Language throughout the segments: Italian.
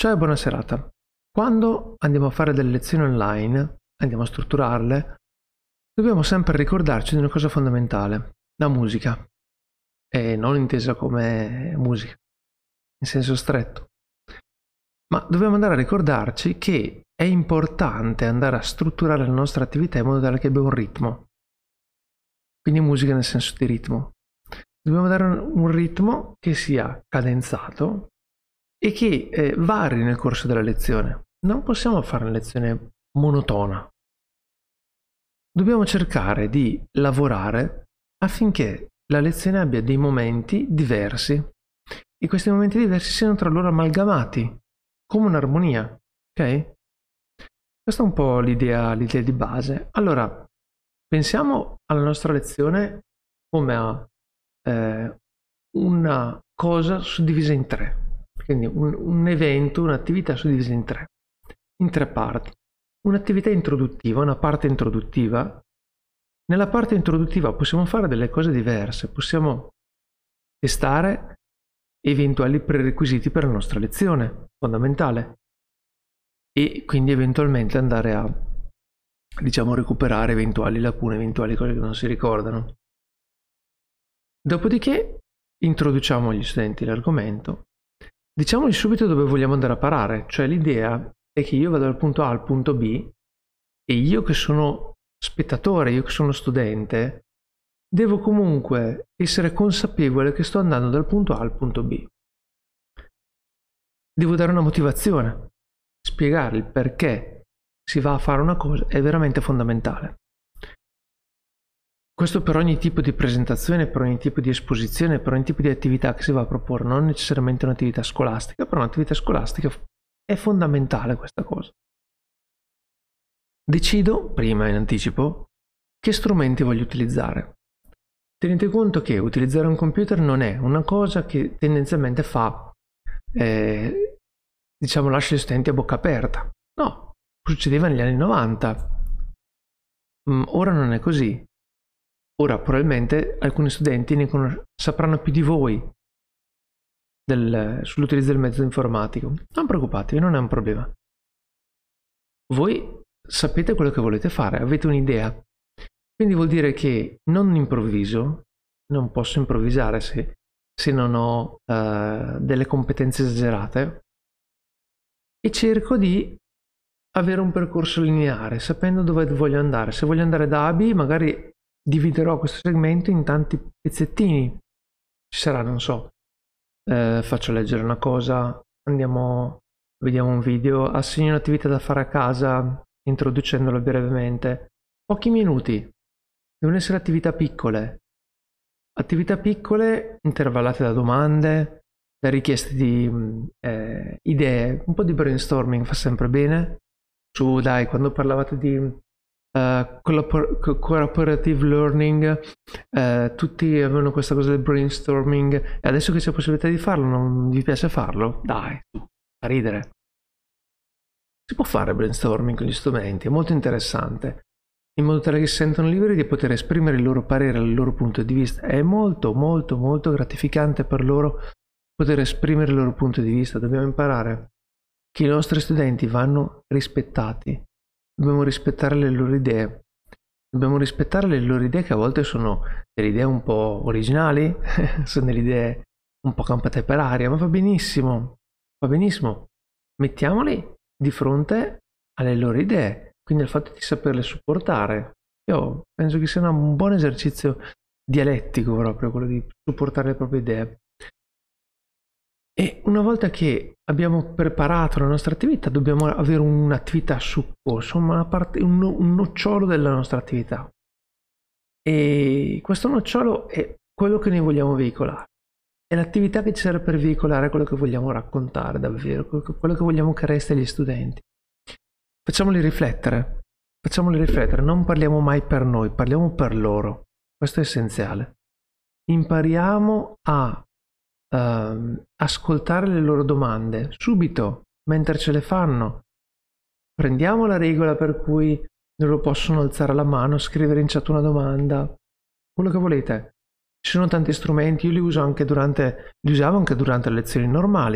Ciao e buona serata. Quando andiamo a fare delle lezioni online, andiamo a strutturarle, dobbiamo sempre ricordarci di una cosa fondamentale, la musica, e non intesa come musica, in senso stretto, ma dobbiamo andare a ricordarci che è importante andare a strutturare la nostra attività in modo tale che abbia un ritmo, quindi musica nel senso di ritmo. Dobbiamo dare un ritmo che sia cadenzato e che vari nel corso della lezione. Non possiamo fare una lezione monotona. Dobbiamo cercare di lavorare affinché la lezione abbia dei momenti diversi e questi momenti diversi siano tra loro amalgamati come un'armonia, ok? Questa è un po' l'idea di base. Allora, pensiamo alla nostra lezione come a una cosa suddivisa in tre, quindi un evento, un'attività suddivisa in tre parti. Un'attività introduttiva, una parte introduttiva. Nella parte introduttiva possiamo fare delle cose diverse, possiamo testare eventuali prerequisiti per la nostra lezione, fondamentale, e quindi eventualmente andare a, recuperare eventuali lacune, eventuali cose che non si ricordano. Dopodiché introduciamo agli studenti l'argomento, diciamogli subito dove vogliamo andare a parare, cioè l'idea è che io vado dal punto A al punto B e io che sono spettatore, io che sono studente, devo comunque essere consapevole che sto andando dal punto A al punto B. Devo dare una motivazione, spiegare il perché si va a fare una cosa è veramente fondamentale. Questo per ogni tipo di presentazione, per ogni tipo di esposizione, per ogni tipo di attività che si va a proporre, non necessariamente un'attività scolastica, però un'attività scolastica è fondamentale questa cosa. Decido, prima in anticipo, che strumenti voglio utilizzare. Tenete conto che utilizzare un computer non è una cosa che tendenzialmente lascia gli studenti a bocca aperta. No, succedeva negli anni 90. Ora non è così. Ora probabilmente alcuni studenti sapranno più di voi sull'utilizzo del mezzo informatico. Non preoccupatevi, non è un problema. Voi sapete quello che volete fare, avete un'idea. Quindi vuol dire che non improvviso, non posso improvvisare se non ho delle competenze esagerate e cerco di avere un percorso lineare, sapendo dove voglio andare. Se voglio andare da A a B, magari dividerò questo segmento in tanti pezzettini. Ci sarà, non so, faccio leggere una cosa, vediamo un video, assegno un'attività da fare a casa, introducendola brevemente. Pochi minuti, devono essere attività piccole intervallate da domande, da richieste di idee, un po' di brainstorming fa sempre bene. Su, dai, quando parlavate di cooperative learning, tutti avevano questa cosa del brainstorming e adesso che c'è possibilità di farlo non vi piace farlo? Dai, a ridere. Si può fare brainstorming con gli strumenti, è molto interessante, in modo tale che si sentono liberi di poter esprimere il loro parere, il loro punto di vista. È molto molto molto gratificante per loro poter esprimere il loro punto di vista. Dobbiamo imparare che i nostri studenti vanno rispettati. Dobbiamo rispettare le loro idee. Dobbiamo rispettare le loro idee, che a volte sono delle idee un po' originali, sono delle idee un po' campate per aria, ma va benissimo. Va benissimo. Mettiamoli di fronte alle loro idee, quindi il fatto di saperle supportare. Io penso che sia un buon esercizio dialettico proprio, quello di supportare le proprie idee. E una volta che abbiamo preparato la nostra attività, dobbiamo avere un'attività supporto, un nocciolo della nostra attività. E questo nocciolo è quello che noi vogliamo veicolare. È l'attività che ci serve per veicolare quello che vogliamo raccontare davvero, quello che vogliamo che resti agli studenti. Facciamoli riflettere, non parliamo mai per noi, parliamo per loro. Questo è essenziale. Impariamo a ascoltare le loro domande subito, mentre ce le fanno. Prendiamo la regola per cui loro possono alzare la mano, scrivere in chat una domanda, quello che volete. Ci sono tanti strumenti, io li usavo anche durante le lezioni normali,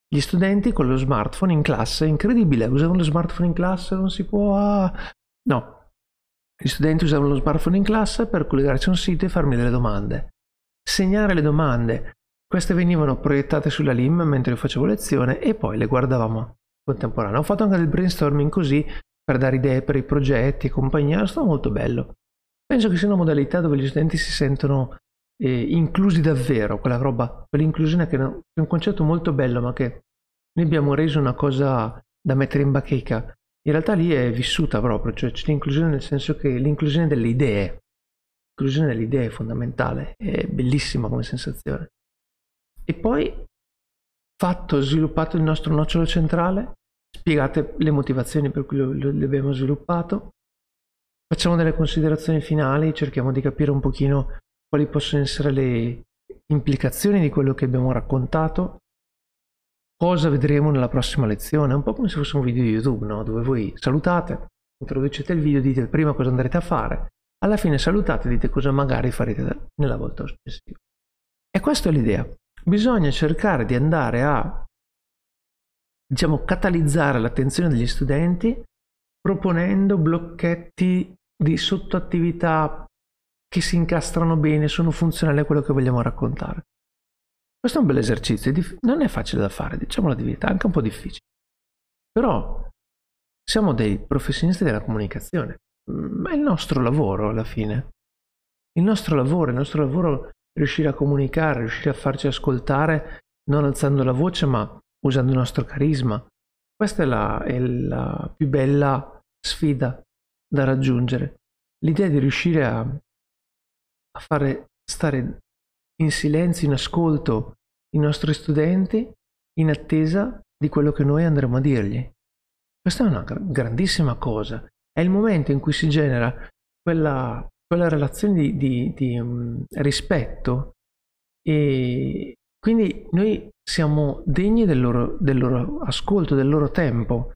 Gli studenti con lo smartphone in classe, incredibile, usavano lo smartphone in classe, non si può... No, gli studenti usavano lo smartphone in classe per collegarsi a un sito e farmi delle domande. Segnare le domande, queste venivano proiettate sulla LIM mentre io facevo lezione e poi le guardavamo contemporanea. Ho fatto anche del brainstorming così per dare idee per i progetti e compagnia, è stato molto bello. Penso che sia una modalità dove gli studenti si sentono inclusi davvero, quella roba, quell'inclusione che è un concetto molto bello, ma che noi abbiamo reso una cosa da mettere in bacheca. In realtà lì è vissuta proprio, cioè c'è l'inclusione nel senso che l'inclusione delle idee. L'inclusione delle idee è fondamentale, è bellissima come sensazione. E poi, sviluppato il nostro nocciolo centrale, spiegate le motivazioni per cui lo abbiamo sviluppato, facciamo delle considerazioni finali, cerchiamo di capire un pochino quali possono essere le implicazioni di quello che abbiamo raccontato, cosa vedremo nella prossima lezione, un po' come se fosse un video di YouTube, no? Dove voi salutate, introducete il video, dite prima cosa andrete a fare, alla fine salutate e dite cosa magari farete nella volta successiva. E questa è l'idea. Bisogna cercare di andare a, diciamo, catalizzare l'attenzione degli studenti proponendo blocchetti di sottoattività che si incastrano bene, sono funzionali a quello che vogliamo raccontare. Questo è un bel esercizio, non è facile da fare, diciamo la verità, è anche un po' difficile. Però siamo dei professionisti della comunicazione, ma è il nostro lavoro alla fine. Il nostro lavoro è riuscire a comunicare, riuscire a farci ascoltare, non alzando la voce, ma usando il nostro carisma. Questa è la più bella sfida da raggiungere. L'idea di riuscire a fare stare in silenzio, in ascolto i nostri studenti in attesa di quello che noi andremo a dirgli. Questa è una grandissima cosa. È il momento in cui si genera quella relazione di rispetto e quindi noi siamo degni del loro ascolto, del loro tempo.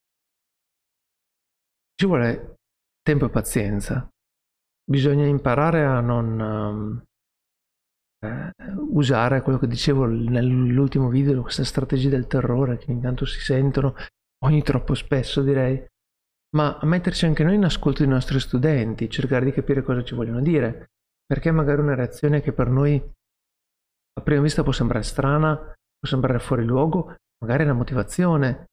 Ci vuole tempo e pazienza. Bisogna imparare a non usare quello che dicevo nell'ultimo video, queste strategie del terrore che intanto si sentono ogni troppo spesso, direi, ma a metterci anche noi in ascolto dei nostri studenti, cercare di capire cosa ci vogliono dire, perché magari una reazione che per noi a prima vista può sembrare strana, può sembrare fuori luogo, magari è una motivazione.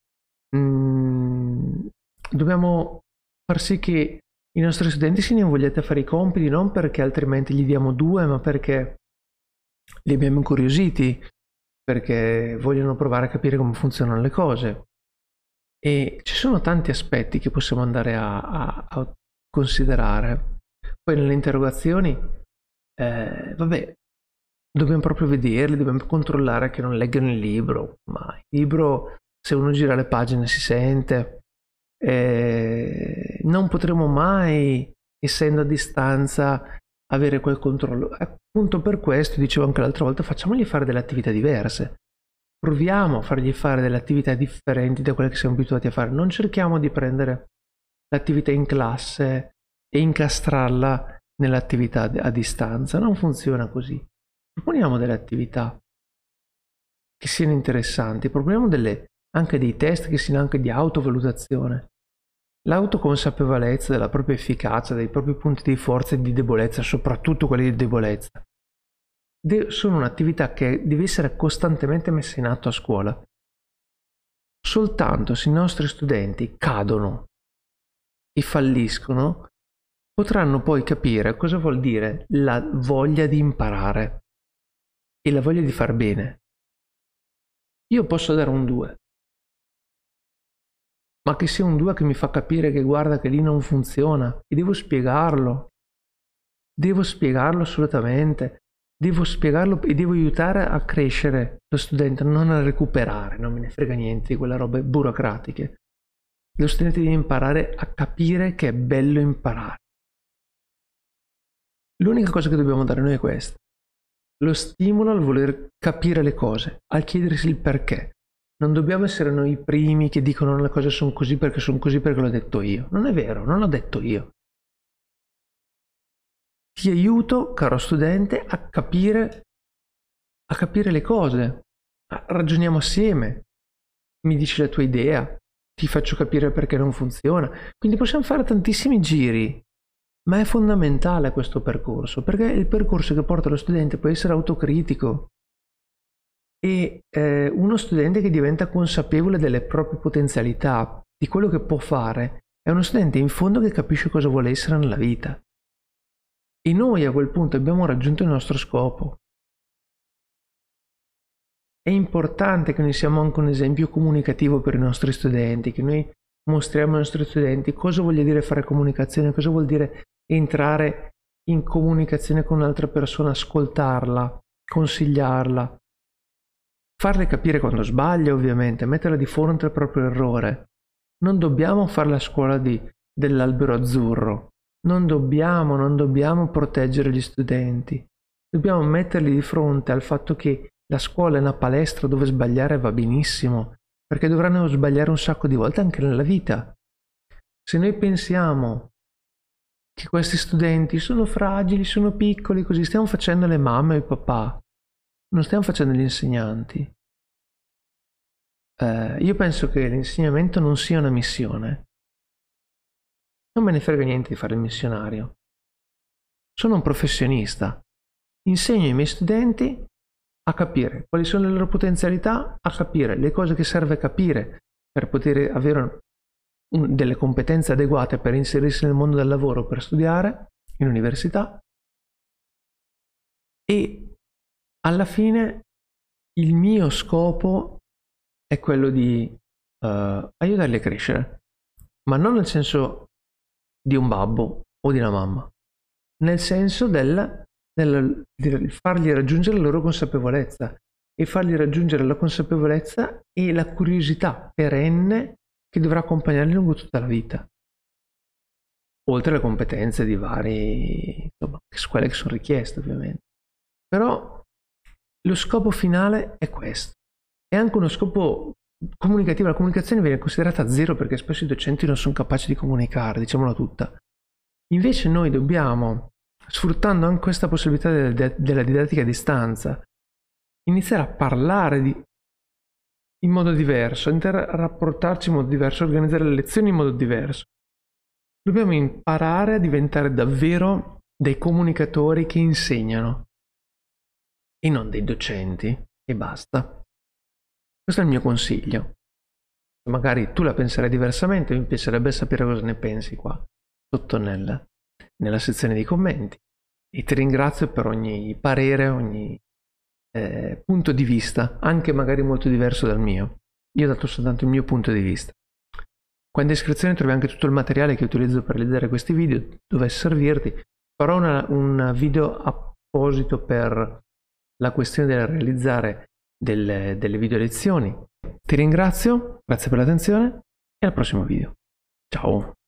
Dobbiamo far sì che i nostri studenti siano invogliati a fare i compiti, non perché altrimenti gli diamo 2, ma perché li abbiamo incuriositi, perché vogliono provare a capire come funzionano le cose. E ci sono tanti aspetti che possiamo andare a considerare. Poi nelle interrogazioni, vabbè, dobbiamo proprio vederli, dobbiamo controllare che non leggano il libro, ma il libro, se uno gira le pagine si sente. Non potremo mai, essendo a distanza, avere quel controllo. Appunto per questo, dicevo anche l'altra volta, facciamogli fare delle attività diverse. Proviamo a fargli fare delle attività differenti da quelle che siamo abituati a fare. Non cerchiamo di prendere l'attività in classe e incastrarla nell'attività a distanza. Non funziona così. Proponiamo delle attività che siano interessanti. Proponiamo anche dei test che siano anche di autovalutazione. L'autoconsapevolezza della propria efficacia, dei propri punti di forza e di debolezza, soprattutto quelli di debolezza, sono un'attività che deve essere costantemente messa in atto a scuola. Soltanto se i nostri studenti cadono e falliscono, potranno poi capire cosa vuol dire la voglia di imparare e la voglia di far bene. Io posso dare un 2, ma che sia un 2 che mi fa capire che guarda che lì non funziona e devo spiegarlo assolutamente. Devo spiegarlo e devo aiutare a crescere lo studente, non a recuperare, non me ne frega niente di quelle robe burocratiche. Lo studente deve imparare a capire che è bello imparare. L'unica cosa che dobbiamo dare noi è questa: lo stimolo al voler capire le cose, al chiedersi il perché. Non dobbiamo essere noi i primi che dicono le cose sono così perché l'ho detto io. Non è vero, non l'ho detto io. Ti aiuto, caro studente, a capire le cose. Ragioniamo assieme. mi dici la tua idea, ti faccio capire perché non funziona. Quindi possiamo fare tantissimi giri, ma è fondamentale questo percorso, perché è il percorso che porta lo studente poi a essere autocritico. E uno studente che diventa consapevole delle proprie potenzialità, di quello che può fare, è uno studente in fondo che capisce cosa vuole essere nella vita. E noi a quel punto abbiamo raggiunto il nostro scopo. È importante che noi siamo anche un esempio comunicativo per i nostri studenti, che noi mostriamo ai nostri studenti cosa vuol dire fare comunicazione, cosa vuol dire entrare in comunicazione con un'altra persona, ascoltarla, consigliarla, farle capire quando sbaglia, ovviamente, metterla di fronte al proprio errore. Non dobbiamo fare la scuola dell'albero azzurro, non dobbiamo proteggere gli studenti, dobbiamo metterli di fronte al fatto che la scuola è una palestra dove sbagliare va benissimo, perché dovranno sbagliare un sacco di volte anche nella vita. Se noi pensiamo che questi studenti sono fragili, sono piccoli, così stiamo facendo le mamme e i papà, non stiamo facendo gli insegnanti. Io penso che l'insegnamento non sia una missione. Non me ne frega niente di fare il missionario. Sono un professionista. Insegno ai miei studenti a capire quali sono le loro potenzialità, a capire le cose che serve capire per poter avere delle competenze adeguate per inserirsi nel mondo del lavoro, per studiare in università. E alla fine il mio scopo è quello di aiutarli a crescere, ma non nel senso di un babbo o di una mamma, nel senso del fargli raggiungere la loro consapevolezza, e fargli raggiungere la consapevolezza e la curiosità perenne che dovrà accompagnarli lungo tutta la vita, oltre alle competenze di vari, insomma, quelle che sono richieste ovviamente. Però lo scopo finale è questo. È anche uno scopo comunicativo. La comunicazione viene considerata zero perché spesso i docenti non sono capaci di comunicare, diciamola tutta. Invece noi dobbiamo, sfruttando anche questa possibilità della didattica a distanza, iniziare a parlare in modo diverso, iniziare a rapportarci in modo diverso, organizzare le lezioni in modo diverso. Dobbiamo imparare a diventare davvero dei comunicatori che insegnano e non dei docenti e basta. Questo è il mio consiglio. Magari tu la penserai diversamente, mi piacerebbe sapere cosa ne pensi qua sotto nella sezione dei commenti, e ti ringrazio per ogni parere, ogni punto di vista, anche magari molto diverso dal mio. Io ho dato soltanto il mio punto di vista. Qua in descrizione trovi anche tutto il materiale che utilizzo per realizzare questi video, dovesse servirti. Farò un video apposito per la questione del realizzare delle video lezioni. Ti ringrazio, grazie per l'attenzione e al prossimo video. Ciao!